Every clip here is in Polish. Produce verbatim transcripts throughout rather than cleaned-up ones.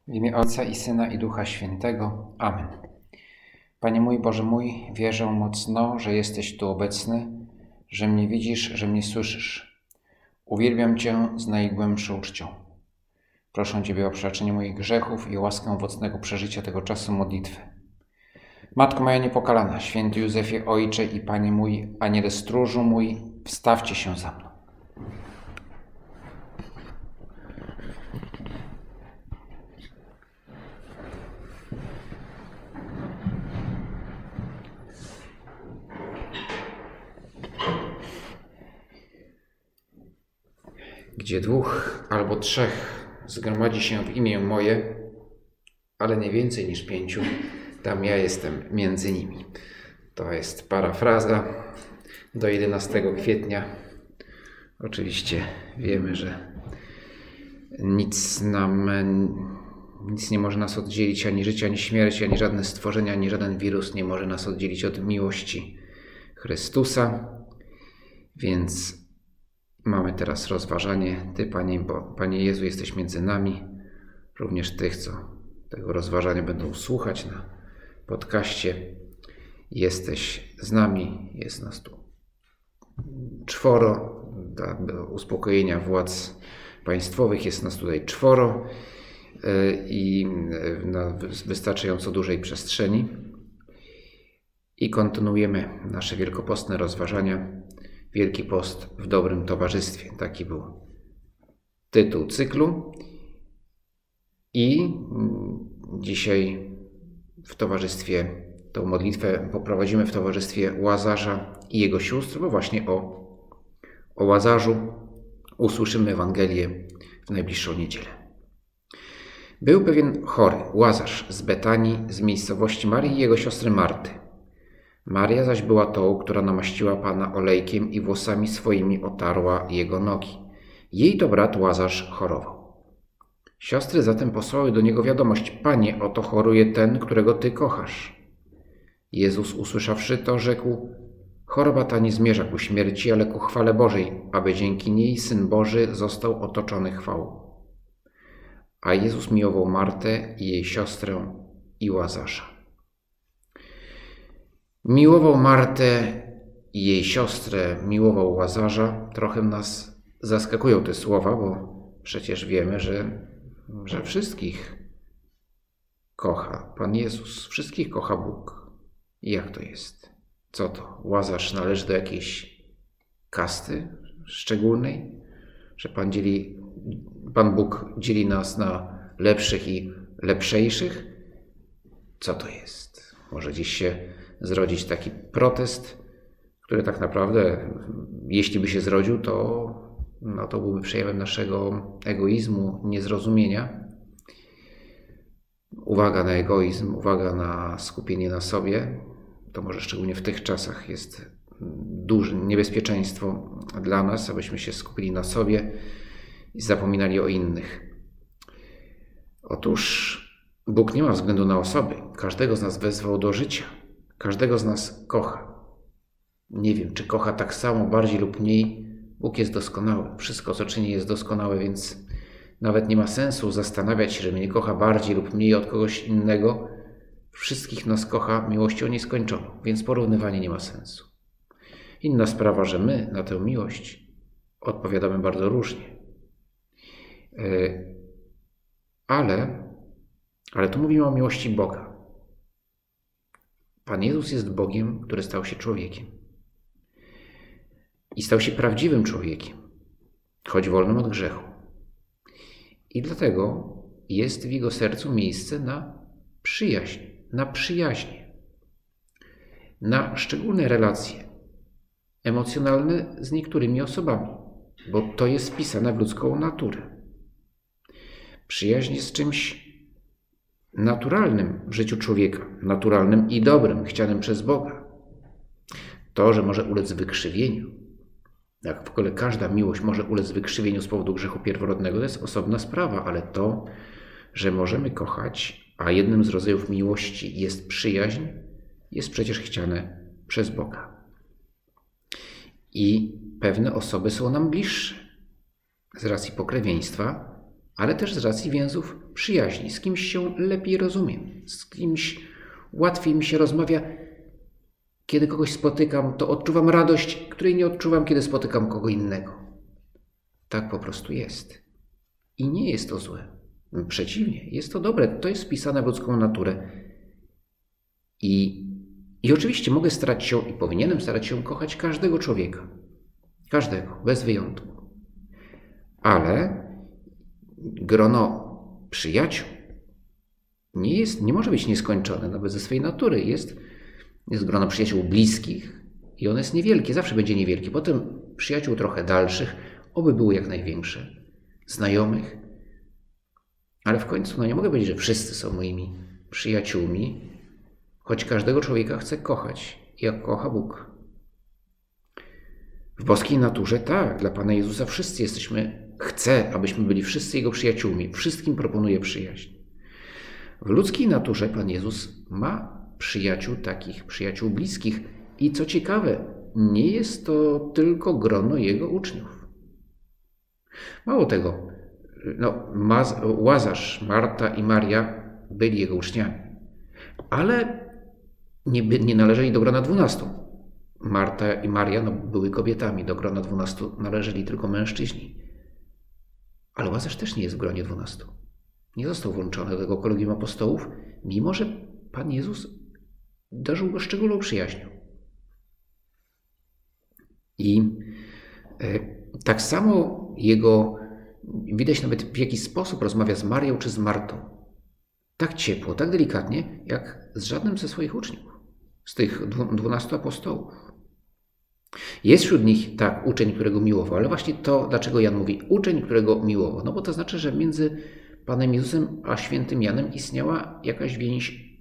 W imię Ojca i Syna i Ducha Świętego. Amen. Panie mój, Boże mój, wierzę mocno, że jesteś tu obecny, że mnie widzisz, że mnie słyszysz. Uwielbiam Cię z najgłębszą czcią. Proszę Ciebie o przebaczenie moich grzechów i o łaskę owocnego przeżycia tego czasu modlitwy. Matko moja niepokalana, święty Józefie, Ojcze i Panie mój, Aniele stróżu mój, wstawcie się za mną. Gdzie dwóch albo trzech zgromadzi się w imię moje, ale nie więcej niż pięciu, tam ja jestem między nimi. To jest parafraza do jedenastego kwietnia. Oczywiście wiemy, że nic nam, nic nie może nas oddzielić, ani życie, ani śmierć, ani żadne stworzenie, ani żaden wirus nie może nas oddzielić od miłości Chrystusa. Więc mamy teraz rozważanie. Ty, Panie, bo, Panie Jezu, jesteś między nami. Również tych, co tego rozważania będą słuchać na podcaście. Jesteś z nami. Jest nas tu czworo. Do uspokojenia władz państwowych jest nas tutaj czworo i na wystarczająco dużej przestrzeni. I kontynuujemy nasze wielkopostne rozważania. Wielki Post w dobrym towarzystwie. Taki był tytuł cyklu. I dzisiaj w towarzystwie, tą modlitwę poprowadzimy w towarzystwie Łazarza i jego sióstr, bo właśnie o, o Łazarzu usłyszymy Ewangelię w najbliższą niedzielę. Był pewien chory, Łazarz z Betanii, z miejscowości Marii i jego siostry Marty. Maria zaś była tą, która namaściła Pana olejkiem i włosami swoimi otarła jego nogi. Jej to brat Łazarz chorował. Siostry zatem posłały do niego wiadomość: Panie, oto choruje ten, którego Ty kochasz. Jezus, usłyszawszy to, rzekł: choroba ta nie zmierza ku śmierci, ale ku chwale Bożej, aby dzięki niej Syn Boży został otoczony chwałą. A Jezus miłował Martę i jej siostrę i Łazarza. Miłował Martę i jej siostrę, miłował Łazarza. Trochę nas zaskakują te słowa, bo przecież wiemy, że, że wszystkich kocha Pan Jezus, wszystkich kocha Bóg. I jak to jest? Co to? Łazarz należy do jakiejś kasty szczególnej? Że Pan, dzieli, Pan Bóg dzieli nas na lepszych i lepszejszych? Co to jest? Może dziś się zrodzić taki protest, który tak naprawdę, jeśli by się zrodził, to, no to byłby przejawem naszego egoizmu, niezrozumienia. Uwaga na egoizm, uwaga na skupienie na sobie. To może szczególnie w tych czasach jest duże niebezpieczeństwo dla nas, abyśmy się skupili na sobie i zapominali o innych. Otóż Bóg nie ma względu na osoby. Każdego z nas wezwał do życia. Każdego z nas kocha. Nie wiem, czy kocha tak samo, bardziej lub mniej. Bóg jest doskonały. Wszystko, co czyni, jest doskonałe, więc nawet nie ma sensu zastanawiać się, że mnie kocha bardziej lub mniej od kogoś innego. Wszystkich nas kocha miłością nieskończoną, więc porównywanie nie ma sensu. Inna sprawa, że my na tę miłość odpowiadamy bardzo różnie. Ale, ale tu mówimy o miłości Boga. Pan Jezus jest Bogiem, który stał się człowiekiem. I stał się prawdziwym człowiekiem, choć wolnym od grzechu. I dlatego jest w jego sercu miejsce na przyjaźń, na przyjaźnie, na szczególne relacje emocjonalne z niektórymi osobami, bo to jest wpisane w ludzką naturę. Przyjaźń jest czymś naturalnym w życiu człowieka, naturalnym i dobrym, chcianym przez Boga. To, że może ulec wykrzywieniu, jak w ogóle każda miłość może ulec wykrzywieniu z powodu grzechu pierworodnego, to jest osobna sprawa, ale to, że możemy kochać, a jednym z rodzajów miłości jest przyjaźń, jest przecież chciane przez Boga. I pewne osoby są nam bliższe z racji pokrewieństwa, ale też z racji więzów przyjaźni. Z kimś się lepiej rozumiem, z kimś łatwiej mi się rozmawia. Kiedy kogoś spotykam, to odczuwam radość, której nie odczuwam, kiedy spotykam kogo innego. Tak po prostu jest. I nie jest to złe. Przeciwnie, jest to dobre. To jest wpisane w ludzką naturę. I, i oczywiście mogę starać się i powinienem starać się kochać każdego człowieka. Każdego, bez wyjątku. Ale grono przyjaciół nie jest, nie może być nieskończone, nawet ze swej natury. Jest, jest grono przyjaciół bliskich i ono jest niewielkie, zawsze będzie niewielkie. Potem przyjaciół trochę dalszych, oby były jak największe. Znajomych. Ale w końcu no nie mogę powiedzieć, że wszyscy są moimi przyjaciółmi, choć każdego człowieka chcę kochać, jak kocha Bóg. W boskiej naturze tak, dla Pana Jezusa wszyscy jesteśmy, chce, abyśmy byli wszyscy Jego przyjaciółmi. Wszystkim proponuje przyjaźń. W ludzkiej naturze Pan Jezus ma przyjaciół takich, przyjaciół bliskich i co ciekawe, nie jest to tylko grono Jego uczniów. Mało tego, no, Łazarz, Marta i Maria byli Jego uczniami, ale nie, by, nie należeli do grona dwunastu. Marta i Maria no, były kobietami, do grona dwunastu należeli tylko mężczyźni. Ale Łazarz też nie jest w gronie dwunastu. Nie został włączony do tego kolegium apostołów, mimo że Pan Jezus darzył go szczególną przyjaźnią. I e, tak samo Jego, widać nawet w jaki sposób rozmawia z Marią czy z Martą. Tak ciepło, tak delikatnie, jak z żadnym ze swoich uczniów, z tych dwunastu apostołów. Jest wśród nich, tak, uczeń, którego miłował, ale właśnie to, dlaczego Jan mówi uczeń, którego miłował. No bo to znaczy, że między Panem Jezusem a świętym Janem istniała jakaś więź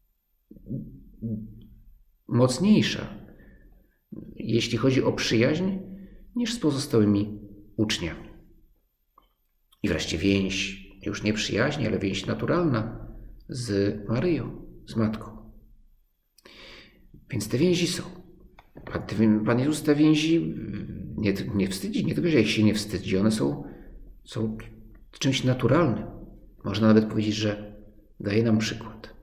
mocniejsza, jeśli chodzi o przyjaźń, niż z pozostałymi uczniami. I wreszcie więź, już nie przyjaźń, ale więź naturalna z Maryją, z Matką. Więc te więzi są. Pan Jezus te więzi nie, nie wstydzi, nie tylko, że ich się nie wstydzi, one są, są czymś naturalnym. Można nawet powiedzieć, że daje nam przykład.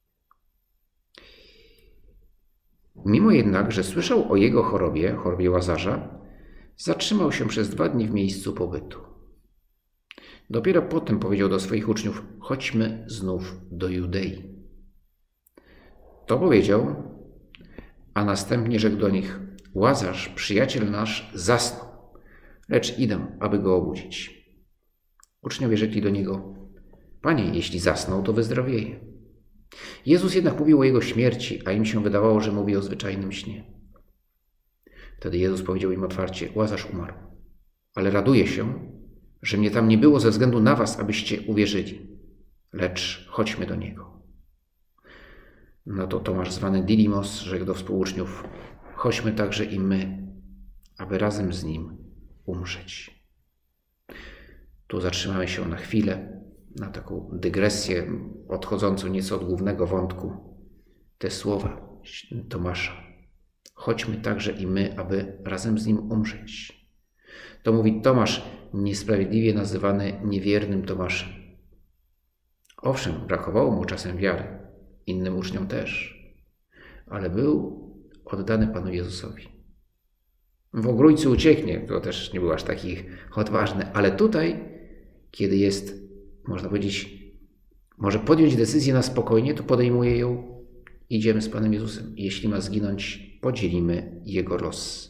Mimo jednak, że słyszał o jego chorobie, chorobie Łazarza, zatrzymał się przez dwa dni w miejscu pobytu. Dopiero potem powiedział do swoich uczniów: chodźmy znów do Judei. To powiedział, a następnie rzekł do nich: Łazarz, przyjaciel nasz, zasnął, lecz idę, aby go obudzić. Uczniowie rzekli do niego: Panie, jeśli zasnął, to wyzdrowieje. Jezus jednak mówił o jego śmierci, a im się wydawało, że mówi o zwyczajnym śnie. Wtedy Jezus powiedział im otwarcie: Łazarz umarł, ale raduję się, że mnie tam nie było ze względu na was, abyście uwierzyli, lecz chodźmy do niego. No to Tomasz zwany Didymos rzekł do współuczniów: chodźmy także i my, aby razem z nim umrzeć. Tu zatrzymamy się na chwilę, na taką dygresję odchodzącą nieco od głównego wątku. Te słowa Tomasza: chodźmy także i my, aby razem z nim umrzeć. To mówi Tomasz, niesprawiedliwie nazywany niewiernym Tomaszem. Owszem, brakowało mu czasem wiary, innym uczniom też, ale był oddany Panu Jezusowi. W ogrójcu ucieknie, to też nie był aż taki odważny, ale tutaj, kiedy jest, można powiedzieć, może podjąć decyzję na spokojnie, to podejmuje ją, idziemy z Panem Jezusem. Jeśli ma zginąć, podzielimy Jego los.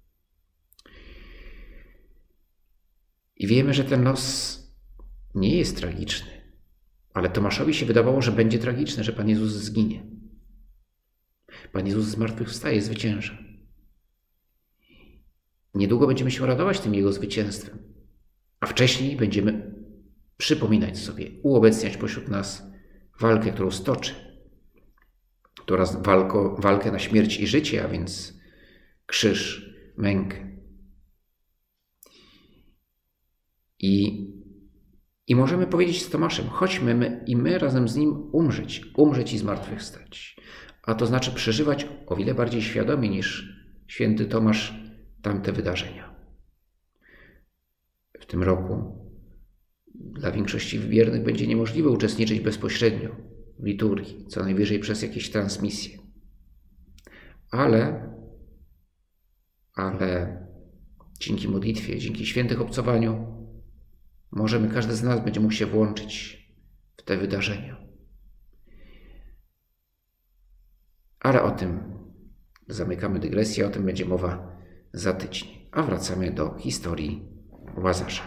I wiemy, że ten los nie jest tragiczny, ale Tomaszowi się wydawało, że będzie tragiczne, że Pan Jezus zginie. Pan Jezus zmartwychwstaje, zwycięża. Niedługo będziemy się radować tym Jego zwycięstwem, a wcześniej będziemy przypominać sobie, uobecniać pośród nas walkę, którą stoczy. To raz walko, walkę na śmierć i życie, a więc krzyż, mękę. I, I możemy powiedzieć z Tomaszem: chodźmy my i my razem z nim umrzeć, umrzeć i zmartwychwstać. A to znaczy przeżywać o wiele bardziej świadomie niż święty Tomasz tamte wydarzenia. W tym roku Dla większości wiernych będzie niemożliwe uczestniczyć bezpośrednio w liturgii, co najwyżej przez jakieś transmisje. Ale, ale dzięki modlitwie, dzięki świętych obcowaniu możemy, każdy z nas będzie mógł się włączyć w te wydarzenia. Ale o tym zamykamy dygresję, o tym będzie mowa za tydzień. A wracamy do historii Łazarza.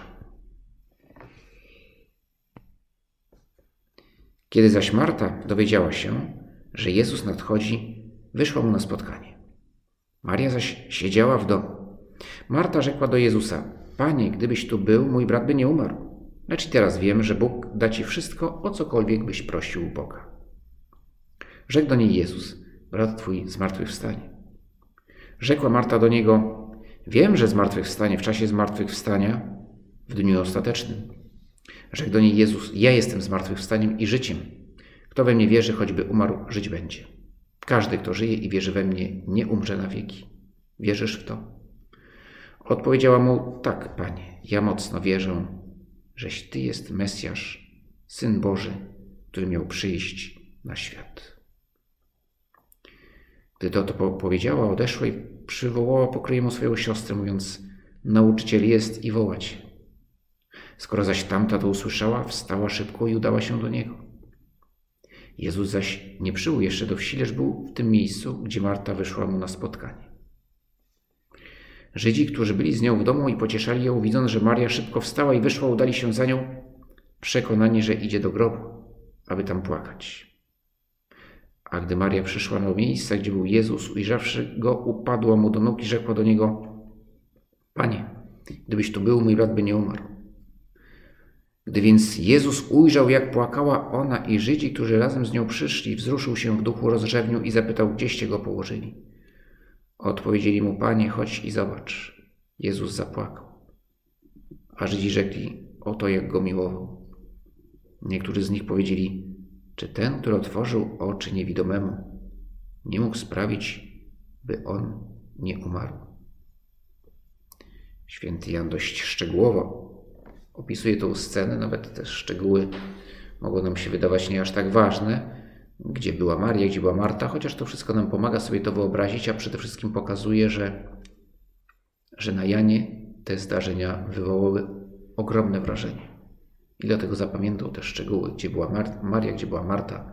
Kiedy zaś Marta dowiedziała się, że Jezus nadchodzi, wyszła mu na spotkanie. Maria zaś siedziała w domu. Marta rzekła do Jezusa: Panie, gdybyś tu był, mój brat by nie umarł. Lecz i teraz wiem, że Bóg da ci wszystko, o cokolwiek byś prosił u Boga. Rzekł do niej Jezus: brat twój zmartwychwstanie. Rzekła Marta do niego: wiem, że zmartwychwstanie w czasie zmartwychwstania, w dniu ostatecznym. Rzekł do niej Jezus: ja jestem zmartwychwstaniem i życiem. Kto we mnie wierzy, choćby umarł, żyć będzie. Każdy, kto żyje i wierzy we mnie, nie umrze na wieki. Wierzysz w to? Odpowiedziała mu: tak, Panie, ja mocno wierzę, żeś Ty jest Mesjasz, Syn Boży, który miał przyjść na świat. Gdy to, to powiedziała, odeszła i przywołała pokryjemu swoją siostrę, mówiąc: nauczyciel jest i wołać. Skoro zaś tamta to usłyszała, wstała szybko i udała się do niego. Jezus zaś nie przybył jeszcze do wsi, lecz był w tym miejscu, gdzie Marta wyszła mu na spotkanie. Żydzi, którzy byli z nią w domu i pocieszali ją, widząc, że Maria szybko wstała i wyszła, udali się za nią, przekonani, że idzie do grobu, aby tam płakać. A gdy Maria przyszła do miejsca, gdzie był Jezus, ujrzawszy go, upadła mu do nóg i rzekła do niego: Panie, gdybyś tu był, mój brat by nie umarł. Gdy więc Jezus ujrzał, jak płakała ona i Żydzi, którzy razem z nią przyszli, wzruszył się w duchu, rozrzewnił i zapytał, gdzieście go położyli. Odpowiedzieli mu: Panie, chodź i zobacz. Jezus zapłakał. A Żydzi rzekli: oto jak go miłował. Niektórzy z nich powiedzieli: czy ten, który otworzył oczy niewidomemu, nie mógł sprawić, by on nie umarł? Święty Jan dość szczegółowo opisuje tę scenę, nawet te szczegóły mogą nam się wydawać nie aż tak ważne, gdzie była Maria, gdzie była Marta, chociaż to wszystko nam pomaga sobie to wyobrazić, a przede wszystkim pokazuje, że, że na Janie te zdarzenia wywołały ogromne wrażenie. I dlatego zapamiętał te szczegóły, gdzie była Mar- Maria, gdzie była Marta.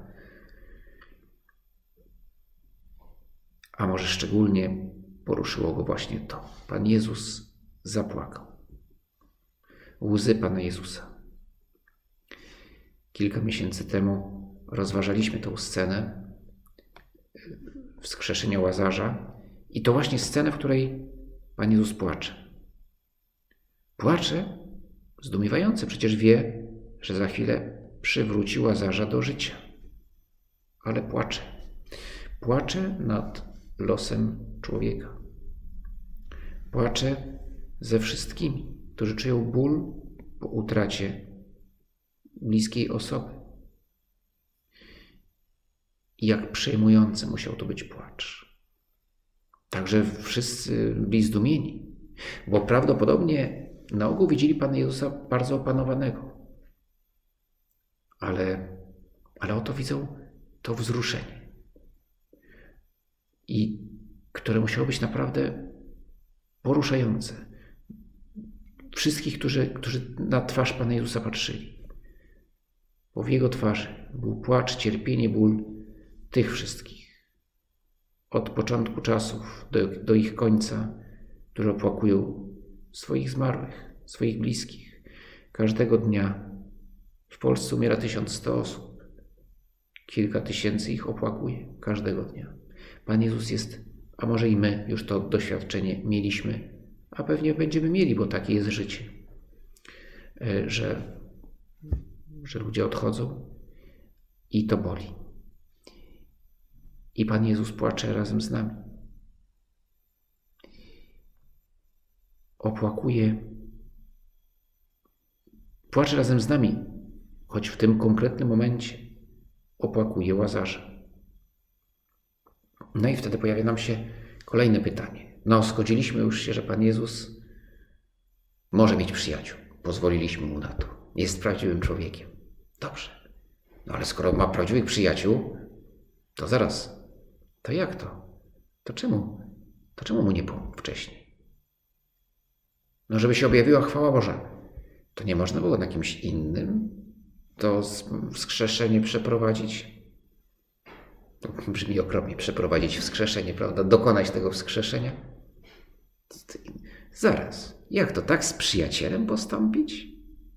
A może szczególnie poruszyło go właśnie to. Pan Jezus zapłakał. Łzy Pana Jezusa. Kilka miesięcy temu rozważaliśmy tę scenę wskrzeszenia Łazarza i to właśnie scenę, w której Pan Jezus płacze. Płacze zdumiewający, przecież wie, że za chwilę przywróci Łazarza do życia. Ale płacze. Płacze nad losem człowieka. Płacze ze wszystkimi, którzy czują ból po utracie bliskiej osoby. I jak przejmujący musiał to być płacz. Także wszyscy byli zdumieni, bo prawdopodobnie na ogół widzieli Pana Jezusa bardzo opanowanego. Ale, ale oto widzą to wzruszenie. I które musiało być naprawdę poruszające. Wszystkich, którzy, którzy na twarz Pana Jezusa patrzyli. Bo w Jego twarzy był płacz, cierpienie, ból tych wszystkich. Od początku czasów do, do ich końca, którzy opłakują swoich zmarłych, swoich bliskich. Każdego dnia w Polsce umiera tysiąc sto osób. Kilka tysięcy ich opłakuje każdego dnia. Pan Jezus jest, a może i my już to doświadczenie mieliśmy, a pewnie będziemy mieli, bo takie jest życie, że, że ludzie odchodzą i to boli. I Pan Jezus płacze razem z nami. Opłakuje, płacze razem z nami, choć w tym konkretnym momencie opłakuje Łazarza. No i wtedy pojawia nam się kolejne pytanie. No, zgodziliśmy już się, że Pan Jezus może mieć przyjaciół. Pozwoliliśmy Mu na to. Jest prawdziwym człowiekiem. Dobrze. No ale skoro ma prawdziwych przyjaciół, to zaraz. To jak to? To czemu? To czemu mu nie pomógł wcześniej? No żeby się objawiła chwała Boża. To nie można było na kimś innym to wskrzeszenie przeprowadzić? To brzmi okropnie, przeprowadzić wskrzeszenie, prawda? Dokonać tego wskrzeszenia? Zaraz. Jak to? Tak z przyjacielem postąpić?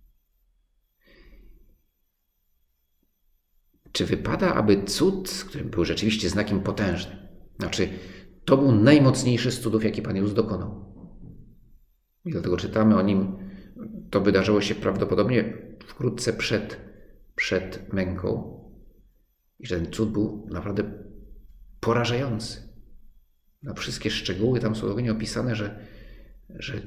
Czy wypada, aby cud, który był rzeczywiście znakiem potężnym, znaczy to był najmocniejszy z cudów, jaki Pan Jezus dokonał. I dlatego czytamy o nim, to wydarzyło się prawdopodobnie wkrótce przed, przed męką. I że ten cud był naprawdę porażający. Na wszystkie szczegóły tam są dogłębnie opisane, że, że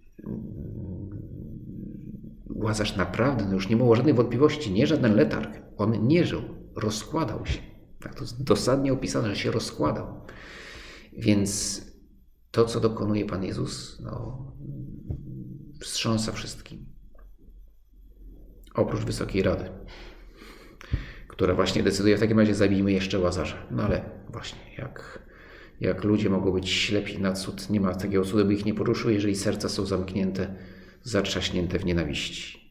Łazarz naprawdę, no już nie było żadnej wątpliwości, nie żaden letarg. On nie żył, rozkładał się. Tak to jest dosadnie opisane, że się rozkładał. Więc to, co dokonuje Pan Jezus, no, wstrząsa wszystkim. Oprócz Wysokiej Rady, która właśnie decyduje, w takim razie zabijmy jeszcze Łazarza. No ale właśnie, jak, jak ludzie mogą być ślepi na cud, nie ma takiego cudu, by ich nie poruszył, jeżeli serca są zamknięte, zatrzaśnięte w nienawiści.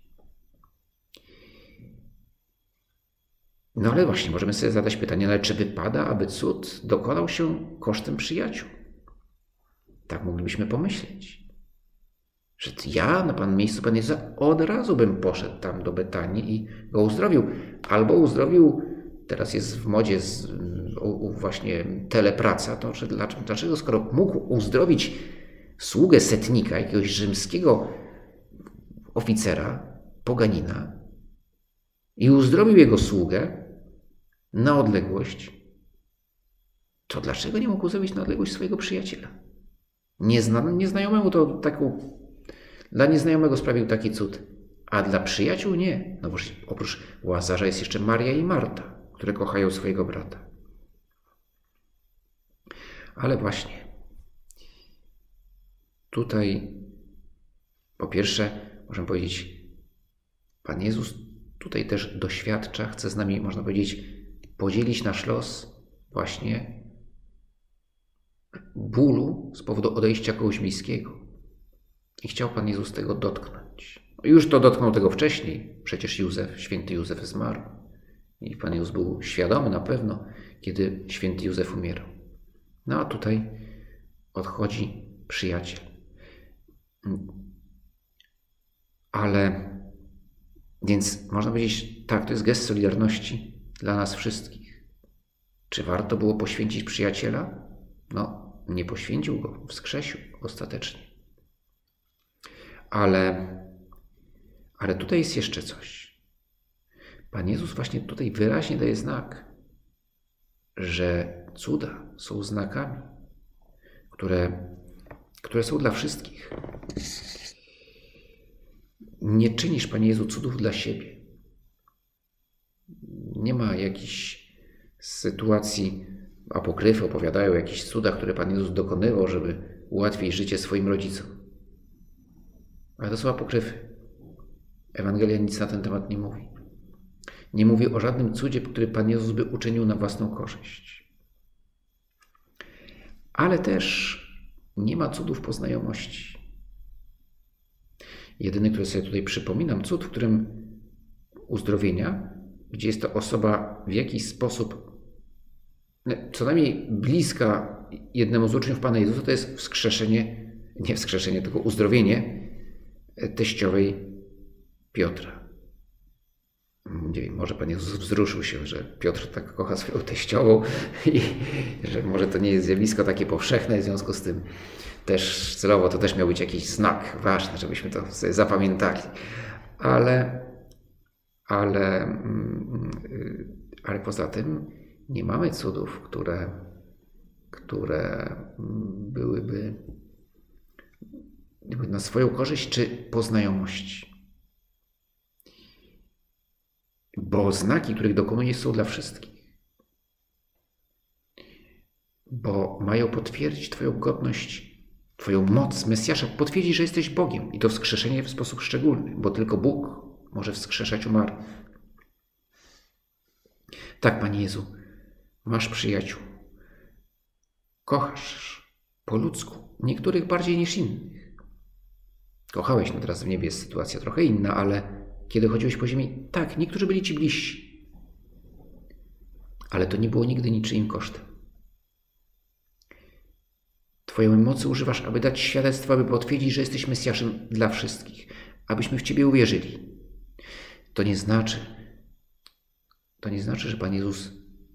No ale właśnie, możemy sobie zadać pytanie, ale czy wypada, aby cud dokonał się kosztem przyjaciół? Tak moglibyśmy pomyśleć. Że ja na pan miejscu Pana Jezusa od razu bym poszedł tam do Betanii i go uzdrowił. Albo uzdrowił, teraz jest w modzie z, u, u właśnie telepraca, to czy, dlaczego skoro mógł uzdrowić sługę setnika, jakiegoś rzymskiego oficera, poganina i uzdrowił jego sługę na odległość, to dlaczego nie mógł uzdrowić na odległość swojego przyjaciela? Niezna, nieznajomemu to taką, dla nieznajomego sprawił taki cud, a dla przyjaciół nie. No bo oprócz Łazarza jest jeszcze Maria i Marta, które kochają swojego brata. Ale właśnie, tutaj po pierwsze, możemy powiedzieć, Pan Jezus tutaj też doświadcza, chce z nami, można powiedzieć, podzielić nasz los właśnie bólu z powodu odejścia kogoś bliskiego. I chciał Pan Jezus tego dotknąć. Już to dotknął tego wcześniej. Przecież Józef, święty Józef zmarł. I Pan Jezus był świadomy na pewno, kiedy święty Józef umierał. No a tutaj odchodzi przyjaciel. Ale, więc można powiedzieć, tak, to jest gest solidarności dla nas wszystkich. Czy warto było poświęcić przyjaciela? No, nie poświęcił go, wskrzesił ostatecznie. Ale, ale tutaj jest jeszcze coś. Pan Jezus właśnie tutaj wyraźnie daje znak, że cuda są znakami, które, które są dla wszystkich. Nie czynisz, Panie Jezu, cudów dla siebie. Nie ma jakichś sytuacji, apokryfy opowiadają o jakichś cudach, które Pan Jezus dokonywał, żeby ułatwić życie swoim rodzicom. Ale to są apokryfy. Ewangelia nic na ten temat nie mówi. Nie mówi o żadnym cudzie, który Pan Jezus by uczynił na własną korzyść. Ale też nie ma cudów po znajomości. Jedyny, który sobie tutaj przypominam, cud, w którym uzdrowienia, gdzie jest to osoba w jakiś sposób co najmniej bliska jednemu z uczniów Pana Jezusa, to jest wskrzeszenie, nie wskrzeszenie, tylko uzdrowienie teściowej Piotra. Nie wiem, może Pan Jezus wzruszył się, że Piotr tak kocha swoją teściową i że może to nie jest zjawisko takie powszechne, w związku z tym też celowo to też miał być jakiś znak ważny, żebyśmy to sobie zapamiętali. Ale, ale, ale poza tym nie mamy cudów, które, które byłyby na swoją korzyść czy po znajomości. Bo znaki, których dokonuje, są dla wszystkich. Bo mają potwierdzić Twoją godność, Twoją moc Mesjasza, potwierdzić, że jesteś Bogiem. I to wskrzeszenie w sposób szczególny, bo tylko Bóg może wskrzeszać umarłych. Tak, Panie Jezu, masz przyjaciół. Kochasz po ludzku, niektórych bardziej niż innych. Kochałeś, no teraz w niebie jest sytuacja trochę inna, ale kiedy chodziłeś po ziemi, tak, niektórzy byli Ci bliżsi. Ale to nie było nigdy niczyim kosztem. Twojej mocy używasz, aby dać świadectwo, aby potwierdzić, że jesteś Mesjaszem dla wszystkich, abyśmy w Ciebie uwierzyli. To nie znaczy, to nie znaczy, że Pan Jezus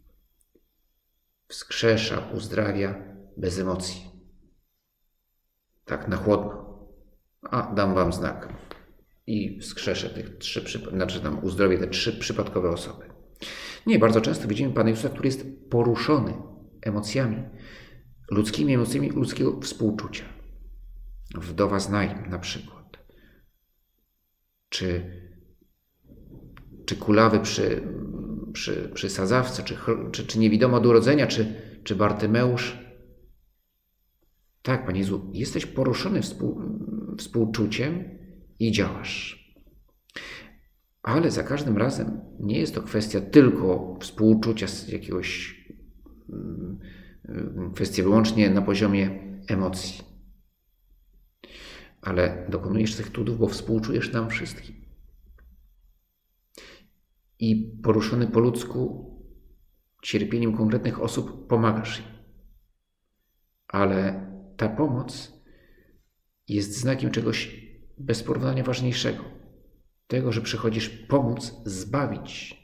wskrzesza, uzdrawia bez emocji. Tak na chłodno. A, dam wam znak. I wskrzeszę tych trzy, znaczy tam uzdrowię te trzy przypadkowe osoby. Nie, bardzo często widzimy Pana Jezusa, który jest poruszony emocjami, ludzkimi emocjami ludzkiego współczucia. Wdowa z Naim na przykład. Czy, czy kulawy przy, przy, przy sadzawce, czy, czy, czy niewidomo od urodzenia, czy, czy Bartymeusz. Tak, Panie Jezu, jesteś poruszony współ, współczuciem i działasz. Ale za każdym razem nie jest to kwestia tylko współczucia z jakiegoś, kwestia wyłącznie na poziomie emocji. Ale dokonujesz tych cudów, bo współczujesz nam wszystkim. I poruszony po ludzku cierpieniem konkretnych osób pomagasz im. Ale ta pomoc jest znakiem czegoś bez porównania ważniejszego. Tego, że przychodzisz pomóc zbawić.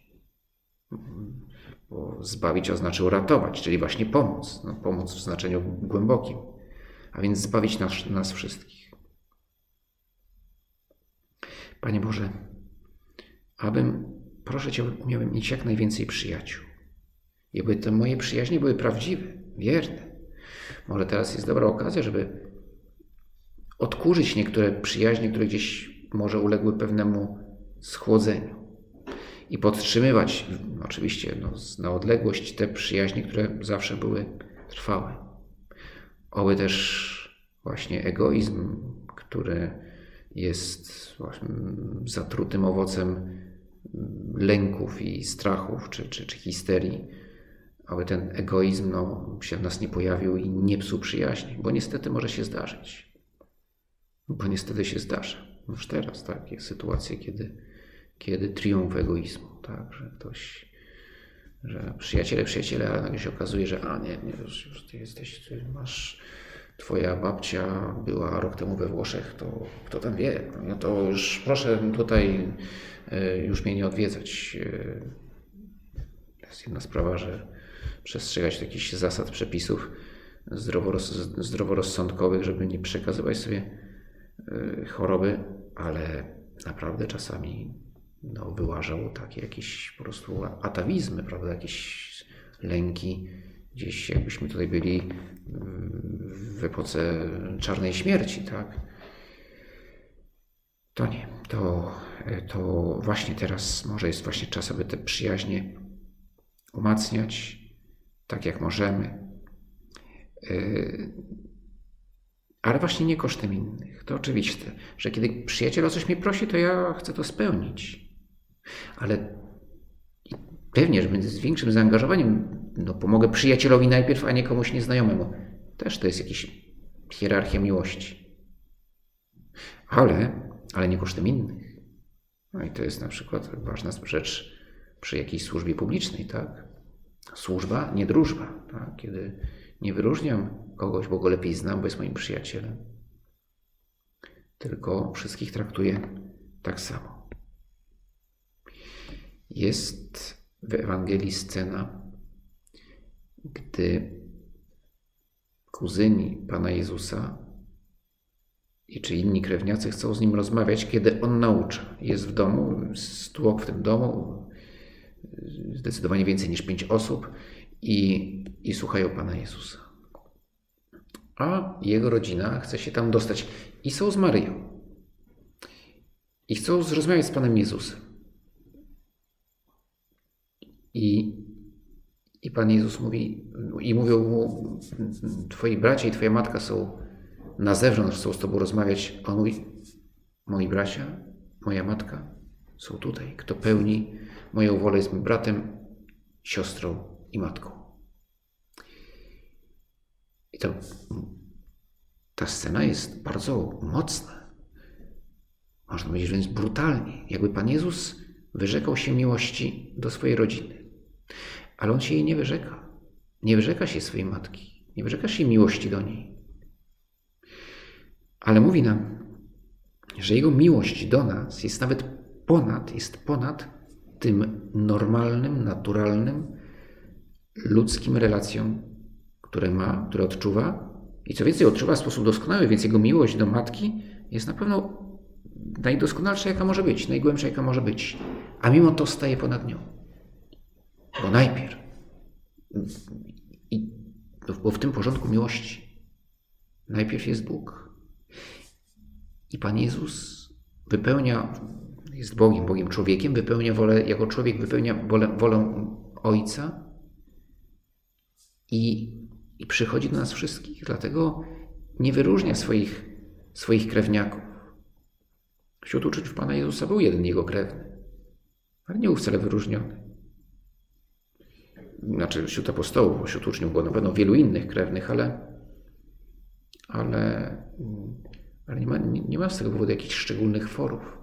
Bo zbawić oznacza uratować, czyli właśnie pomóc. No, pomóc w znaczeniu głębokim. A więc zbawić nas, nas wszystkich. Panie Boże, abym, proszę Cię, umiałem mieć jak najwięcej przyjaciół. I aby te moje przyjaźnie były prawdziwe, wierne. Może teraz jest dobra okazja, żeby odkurzyć niektóre przyjaźnie, które gdzieś może uległy pewnemu schłodzeniu. I podtrzymywać, oczywiście no, na odległość, te przyjaźnie, które zawsze były trwałe. Oby też właśnie egoizm, który jest właśnie zatrutym owocem lęków i strachów, czy, czy, czy histerii, aby ten egoizm no, się w nas nie pojawił i nie psuł przyjaźni, bo niestety może się zdarzyć. Bo niestety się zdarza. Już teraz, tak, jest sytuacje, kiedy, kiedy triumf egoizmu, tak, że ktoś, że przyjaciele, przyjaciele, ale nagle się okazuje, że a nie, nie, już, już ty jesteś, ty masz, twoja babcia była rok temu we Włoszech, to kto tam wie, no to już proszę tutaj już mnie nie odwiedzać. Jest jedna sprawa, że przestrzegać jakichś zasad, przepisów zdroworos- zdroworozsądkowych, żeby nie przekazywać sobie choroby, ale naprawdę czasami no, wyłażą takie jakieś po prostu atawizmy, prawda, jakieś lęki, gdzieś jakbyśmy tutaj byli w epoce czarnej śmierci, tak? To nie, to, to właśnie teraz może jest właśnie czas, aby te przyjaźnie umacniać tak jak możemy. Ale właśnie nie kosztem innych. To oczywiste, że kiedy przyjaciel o coś mnie prosi, to ja chcę to spełnić. Ale pewnie, że z większym zaangażowaniem no, pomogę przyjacielowi najpierw, a nie komuś nieznajomemu. Też to jest jakaś hierarchia miłości. Ale, ale nie kosztem innych. No i to jest na przykład ważna rzecz przy jakiejś służbie publicznej, tak? Służba, nie drużba, tak? Kiedy nie wyróżniam kogoś, bo go lepiej znam, bo jest moim przyjacielem. Tylko wszystkich traktuję tak samo. Jest w Ewangelii scena, gdy kuzyni Pana Jezusa i czy inni krewniacy chcą z Nim rozmawiać, kiedy On naucza. Jest w domu, stłok w tym domu, zdecydowanie więcej niż pięć osób i, i słuchają Pana Jezusa. A jego rodzina chce się tam dostać i są z Maryją. I chcą rozmawiać z Panem Jezusem. I, i Pan Jezus mówi, i mówią mu, twoi bracia i twoja matka są na zewnątrz, chcą z tobą rozmawiać. A on mówi, moi bracia, moja matka są tutaj. Kto pełni moją wolę, jest moim bratem, siostrą i matką. I to, ta scena jest bardzo mocna. Można powiedzieć wręcz brutalnie. Jakby Pan Jezus wyrzekał się miłości do swojej rodziny. Ale On się jej nie wyrzeka. Nie wyrzeka się swojej matki. Nie wyrzeka się miłości do niej. Ale mówi nam, że Jego miłość do nas jest nawet ponad, jest ponad tym normalnym, naturalnym, ludzkim relacjom, które ma, które odczuwa. I co więcej, odczuwa w sposób doskonały, więc Jego miłość do matki jest na pewno najdoskonalsza, jaka może być, najgłębsza, jaka może być. A mimo to staje ponad nią. Bo najpierw, i, bo w tym porządku miłości, najpierw jest Bóg. I Pan Jezus wypełnia, jest Bogiem, Bogiem człowiekiem, wypełnia wolę, jako człowiek wypełnia wolę, wolę Ojca i, i przychodzi do nas wszystkich. Dlatego nie wyróżnia swoich, swoich krewniaków. Wśród uczniów Pana Jezusa był jeden Jego krewny, ale nie był wcale wyróżniony. Znaczy wśród apostołów, wśród uczniów było na pewno wielu innych krewnych, ale, ale, ale nie, ma, nie, nie ma z tego powodu jakichś szczególnych forów.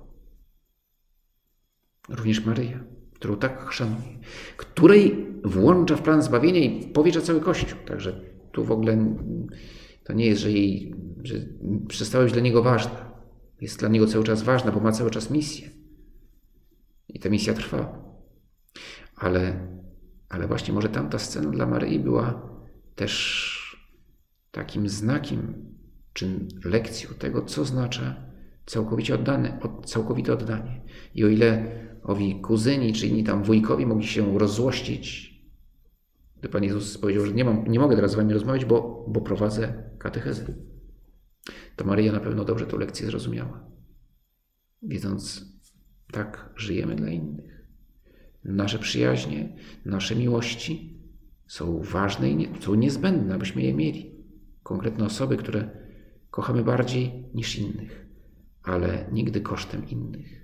Również Maryja, którą tak szanuje, której włącza w plan zbawienia i powierza cały Kościół. Także tu w ogóle to nie jest, że jej że przestała być dla Niego ważna. Jest dla Niego cały czas ważna, bo ma cały czas misję. I ta misja trwa. Ale, ale właśnie może tamta scena dla Maryi była też takim znakiem, czy lekcją tego, co oznacza całkowicie oddane, całkowite oddanie. I o ile owi kuzyni, czy inni tam wujkowie mogli się rozzłościć, gdy Pan Jezus powiedział, że nie, mam, nie mogę teraz z wami rozmawiać, bo, bo prowadzę katechezę, to Maryja na pewno dobrze tę lekcję zrozumiała. Wiedząc, tak żyjemy dla innych. Nasze przyjaźnie, nasze miłości są ważne i nie, są niezbędne, abyśmy je mieli. Konkretne osoby, które kochamy bardziej niż innych, ale nigdy kosztem innych.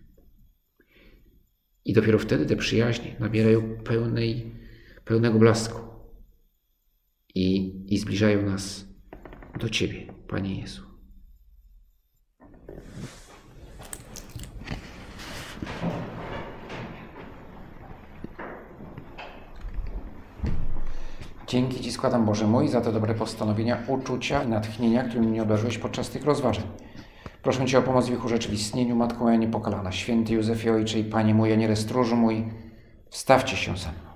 I dopiero wtedy te przyjaźnie nabierają pełnej, pełnego blasku i, i zbliżają nas do Ciebie, Panie Jezu. Dzięki Ci składam, Boże mój, za te dobre postanowienia, uczucia i natchnienia, którymi mnie obdarzyłeś podczas tych rozważań. Proszę Cię o pomoc w ich urzeczywistnieniu, Matko moja niepokalana, święty Józefie Ojcze i Panie mój, Aniele stróżu mój, wstawcie się za mną.